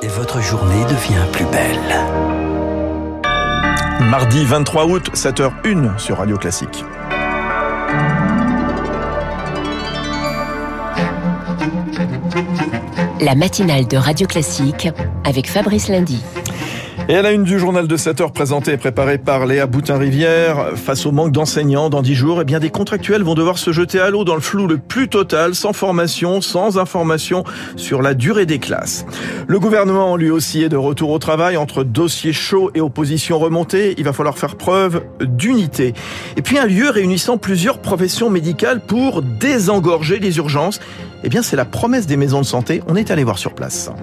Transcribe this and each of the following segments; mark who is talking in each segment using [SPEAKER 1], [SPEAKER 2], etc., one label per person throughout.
[SPEAKER 1] et votre journée devient plus belle.
[SPEAKER 2] Mardi 23 août, 7h01 sur Radio Classique.
[SPEAKER 3] La matinale de Radio Classique avec Fabrice Lundy.
[SPEAKER 2] Et à la une du journal de 7h présenté et préparé par Léa Boutin-Rivière, face au manque d'enseignants dans 10 jours, des contractuels vont devoir se jeter à l'eau dans le flou le plus total, sans formation, sans information sur la durée des classes. Le gouvernement, lui aussi, est de retour au travail entre dossiers chauds et opposition remontée. Il va falloir faire preuve d'unité. Et puis un lieu réunissant plusieurs professions médicales pour désengorger les urgences. C'est la promesse des maisons de santé. On est allé voir sur place.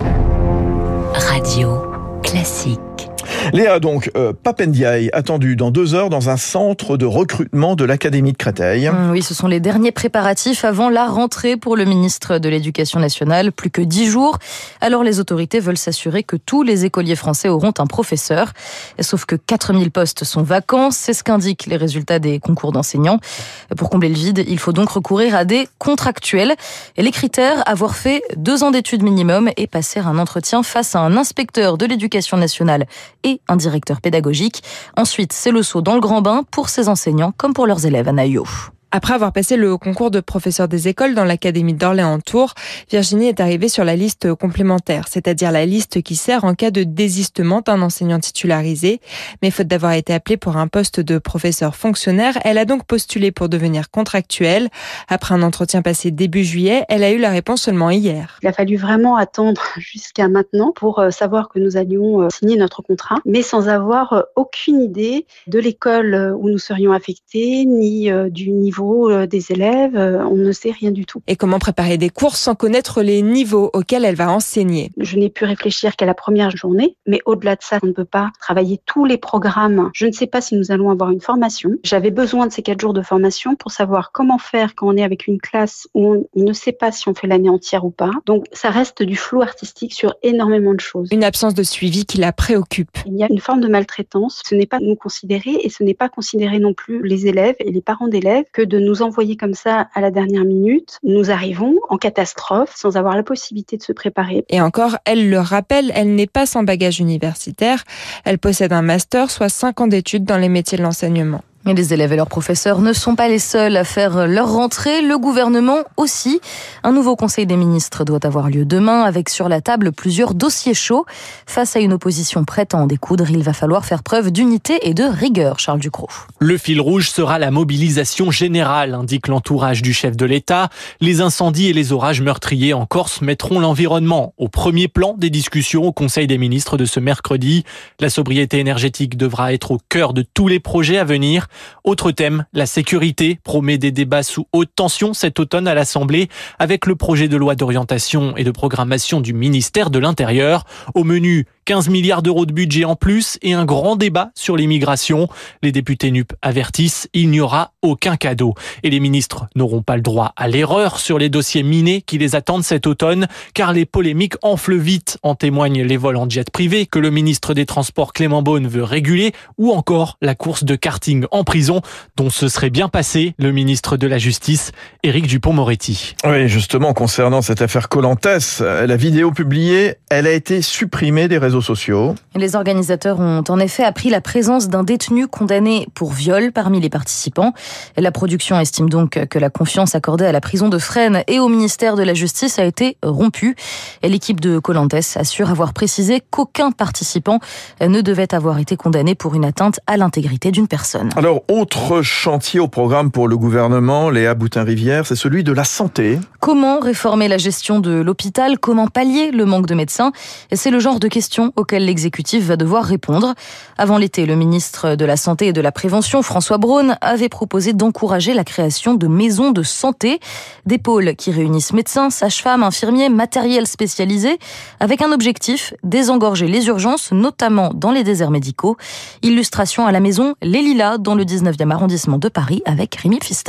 [SPEAKER 3] Radio Classique.
[SPEAKER 2] Léa, donc, Pape Ndiaye, attendu dans 2 heures dans un centre de recrutement de l'Académie de Créteil.
[SPEAKER 4] Oui, ce sont les derniers préparatifs avant la rentrée pour le ministre de l'Éducation nationale. Plus que 10 jours. Alors les autorités veulent s'assurer que tous les écoliers français auront un professeur. Sauf que 4000 postes sont vacants. C'est ce qu'indiquent les résultats des concours d'enseignants. Pour combler le vide, il faut donc recourir à des contractuels. Et les critères, avoir fait 2 ans d'études minimum et passer un entretien face à un inspecteur de l'Éducation nationale et un directeur pédagogique. Ensuite, c'est le saut dans le grand bain pour ces enseignants comme pour leurs élèves à Naïo.
[SPEAKER 5] Après avoir passé le concours de professeur des écoles dans l'Académie d'Orléans-Tours, Virginie est arrivée sur la liste complémentaire, c'est-à-dire la liste qui sert en cas de désistement d'un enseignant titularisé. Mais faute d'avoir été appelée pour un poste de professeur fonctionnaire, elle a donc postulé pour devenir contractuelle. Après un entretien passé début juillet, elle a eu la réponse seulement hier.
[SPEAKER 6] Il a fallu vraiment attendre jusqu'à maintenant pour savoir que nous allions signer notre contrat, mais sans avoir aucune idée de l'école où nous serions affectés, ni du niveau des élèves, on ne sait rien du tout.
[SPEAKER 5] Et comment préparer des cours sans connaître les niveaux auxquels elle va enseigner?
[SPEAKER 6] Je n'ai pu réfléchir qu'à la première journée, mais au-delà de ça, on ne peut pas travailler tous les programmes. Je ne sais pas si nous allons avoir une formation. J'avais besoin de ces 4 jours de formation pour savoir comment faire quand on est avec une classe où on ne sait pas si on fait l'année entière ou pas. Donc ça reste du flou artistique sur énormément de choses.
[SPEAKER 5] Une absence de suivi qui la préoccupe.
[SPEAKER 6] Il y a une forme de maltraitance. Ce n'est pas nous considérer et ce n'est pas considérer non plus les élèves et les parents d'élèves que de nous envoyer comme ça à la dernière minute. Nous arrivons en catastrophe sans avoir la possibilité de se préparer.
[SPEAKER 5] Et encore, elle le rappelle, elle n'est pas sans bagage universitaire. Elle possède un master, soit 5 ans d'études dans les métiers de l'enseignement.
[SPEAKER 4] Et les élèves et leurs professeurs ne sont pas les seuls à faire leur rentrée, le gouvernement aussi. Un nouveau conseil des ministres doit avoir lieu demain avec sur la table plusieurs dossiers chauds. Face à une opposition prête à en découdre, il va falloir faire preuve d'unité et de rigueur, Charles Ducrot.
[SPEAKER 7] Le fil rouge sera la mobilisation générale, indique l'entourage du chef de l'État. Les incendies et les orages meurtriers en Corse mettront l'environnement au premier plan des discussions au Conseil des ministres de ce mercredi. La sobriété énergétique devra être au cœur de tous les projets à venir. Autre thème, la sécurité promet des débats sous haute tension cet automne à l'Assemblée avec le projet de loi d'orientation et de programmation du ministère de l'Intérieur. Au menu, 15 milliards d'euros de budget en plus et un grand débat sur l'immigration. Les députés NUP avertissent, il n'y aura aucun cadeau. Et les ministres n'auront pas le droit à l'erreur sur les dossiers minés qui les attendent cet automne, car les polémiques enflent vite. En témoignent les vols en jet privé que le ministre des Transports Clément Beaune veut réguler, ou encore la course de karting en prison, dont se serait bien passé le ministre de la Justice, Éric Dupond-Moretti.
[SPEAKER 2] Oui, justement, concernant cette affaire Colantes, la vidéo publiée, elle a été supprimée des réseaux sociaux.
[SPEAKER 4] Les organisateurs ont en effet appris la présence d'un détenu condamné pour viol parmi les participants. La production estime donc que la confiance accordée à la prison de Fresnes et au ministère de la Justice a été rompue. Et l'équipe de Colantes assure avoir précisé qu'aucun participant ne devait avoir été condamné pour une atteinte à l'intégrité d'une personne.
[SPEAKER 2] Alors, autre chantier au programme pour le gouvernement, Léa Boutin-Rivière, c'est celui de la santé.
[SPEAKER 4] Comment réformer la gestion de l'hôpital? Comment pallier le manque de médecins? C'est le genre de questions auxquelles l'exécutif va devoir répondre. Avant l'été, le ministre de la Santé et de la Prévention, François Braun, avait proposé d'encourager la création de maisons de santé, des pôles qui réunissent médecins, sages-femmes, infirmiers, matériel spécialisé, avec un objectif, désengorger les urgences, notamment dans les déserts médicaux. Illustration à la maison Les Lilas, dans le 19e arrondissement de Paris, avec Rémi Pfister.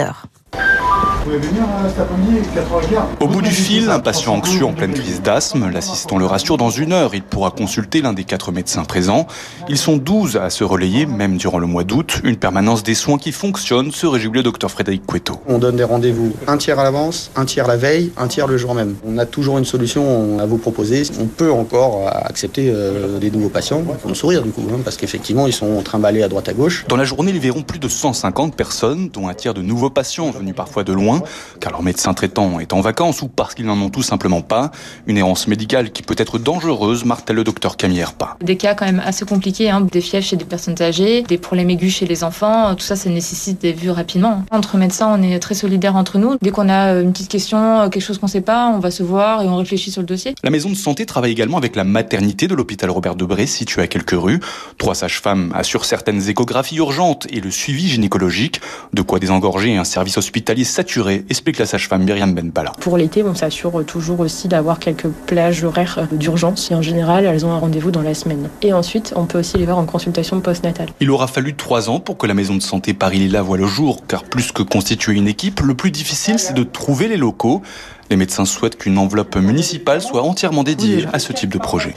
[SPEAKER 8] Au bout du fil, un patient anxieux en pleine crise d'asthme. L'assistant le rassure, dans 1 heure, il pourra consulter l'un des 4 médecins présents. Ils sont 12 à se relayer, même durant le mois d'août. Une permanence des soins qui fonctionne, se réjouit le docteur Frédéric Couetteau.
[SPEAKER 9] On donne des rendez-vous un tiers à l'avance, un tiers la veille, un tiers le jour même. On a toujours une solution à vous proposer. On peut encore accepter des nouveaux patients. Il faut me sourire du coup, parce qu'effectivement, ils sont trimballés à droite à gauche.
[SPEAKER 8] Dans la journée, ils verront plus de 150 personnes, dont un tiers de nouveaux patients venus parfois de loin, car leur médecin traitant est en vacances ou parce qu'ils n'en ont tout simplement pas. Une errance médicale qui peut être dangereuse, martèle le docteur Camille Herpa.
[SPEAKER 10] Des cas quand même assez compliqués, des fièvres chez des personnes âgées, des problèmes aigus chez les enfants, tout ça, ça nécessite des vues rapidement. Entre médecins, on est très solidaires entre nous. Dès qu'on a une petite question, quelque chose qu'on ne sait pas, on va se voir et on réfléchit sur le dossier.
[SPEAKER 8] La maison de santé travaille également avec la maternité de l'hôpital Robert Debré, situé à quelques rues. 3 sages-femmes assurent certaines échographies urgentes et le suivi gynécologique. De quoi désengorger un service hospitalier saturé, explique la sage-femme Myriam Benbala.
[SPEAKER 11] Pour l'été, on s'assure toujours aussi d'avoir quelques plages horaires d'urgence et en général, elles ont un rendez-vous dans la semaine. Et ensuite, on peut aussi les voir en consultation postnatale.
[SPEAKER 8] Il aura fallu 3 ans pour que la maison de santé Paris-Lila voie le jour, car plus que constituer une équipe, le plus difficile, c'est de trouver les locaux. Les médecins souhaitent qu'une enveloppe municipale soit entièrement dédiée à ce type de projet.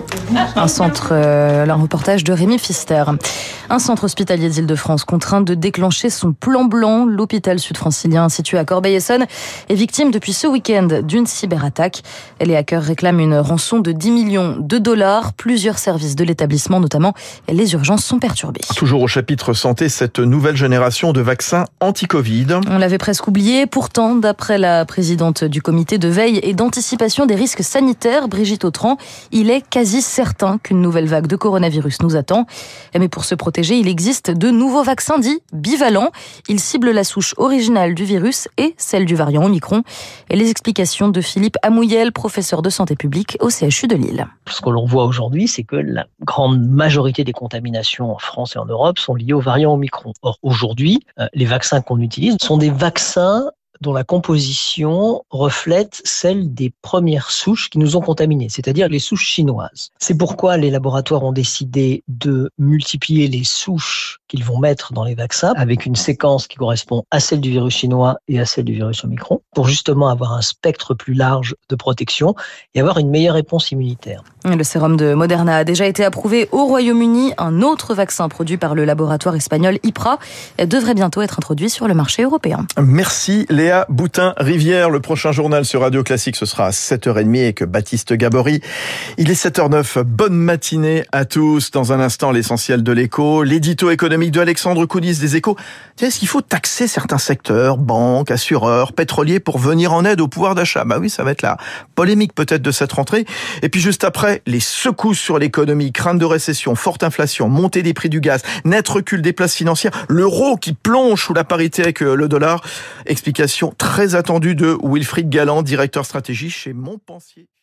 [SPEAKER 4] Un reportage de Rémi Pfister. Un centre hospitalier d'Île-de-France contraint de déclencher son plan blanc. L'hôpital sud-francilien situé à Corbeil-Essonnes est victime depuis ce week-end d'une cyberattaque. Les hackers réclament une rançon de 10 millions de dollars. Plusieurs services de l'établissement, notamment les urgences, sont perturbés.
[SPEAKER 2] Toujours au chapitre santé, cette nouvelle génération de vaccins anti-Covid.
[SPEAKER 4] On l'avait presque oublié. Pourtant, d'après la présidente du comité de veille et d'anticipation des risques sanitaires, Brigitte Autran, il est quasi certain qu'une nouvelle vague de coronavirus nous attend. Mais pour se protéger, il existe de nouveaux vaccins dits bivalents. Ils ciblent la souche originale du virus et celle du variant Omicron. Et les explications de Philippe Amouyel, professeur de santé publique au CHU de Lille.
[SPEAKER 12] Ce que l'on voit aujourd'hui, c'est que la grande majorité des contaminations en France et en Europe sont liées au variant Omicron. Or, aujourd'hui, les vaccins qu'on utilise sont des vaccins dont la composition reflète celle des premières souches qui nous ont contaminés, c'est-à-dire les souches chinoises. C'est pourquoi les laboratoires ont décidé de multiplier les souches qu'ils vont mettre dans les vaccins avec une séquence qui correspond à celle du virus chinois et à celle du virus Omicron, pour justement avoir un spectre plus large de protection et avoir une meilleure réponse immunitaire.
[SPEAKER 4] Le sérum de Moderna a déjà été approuvé au Royaume-Uni. Un autre vaccin produit par le laboratoire espagnol IPRA devrait bientôt être introduit sur le marché européen.
[SPEAKER 2] Merci Léa Boutin-Rivière. Le prochain journal sur Radio Classique, ce sera à 7h30 avec Baptiste Gabory. Il est 7h09. Bonne matinée à tous. Dans un instant, l'essentiel de l'écho. L'édito économique de Alexandre Coulis des Échos. Est-ce qu'il faut taxer certains secteurs, banques, assureurs, pétroliers, pour venir en aide au pouvoir d'achat? Bah oui, ça va être la polémique peut-être de cette rentrée. Et puis juste après, les secousses sur l'économie, crainte de récession, forte inflation, montée des prix du gaz, net recul des places financières, l'euro qui plonge sous la parité avec le dollar. Explication très attendue de Wilfried Galland, directeur stratégie chez Montpensier.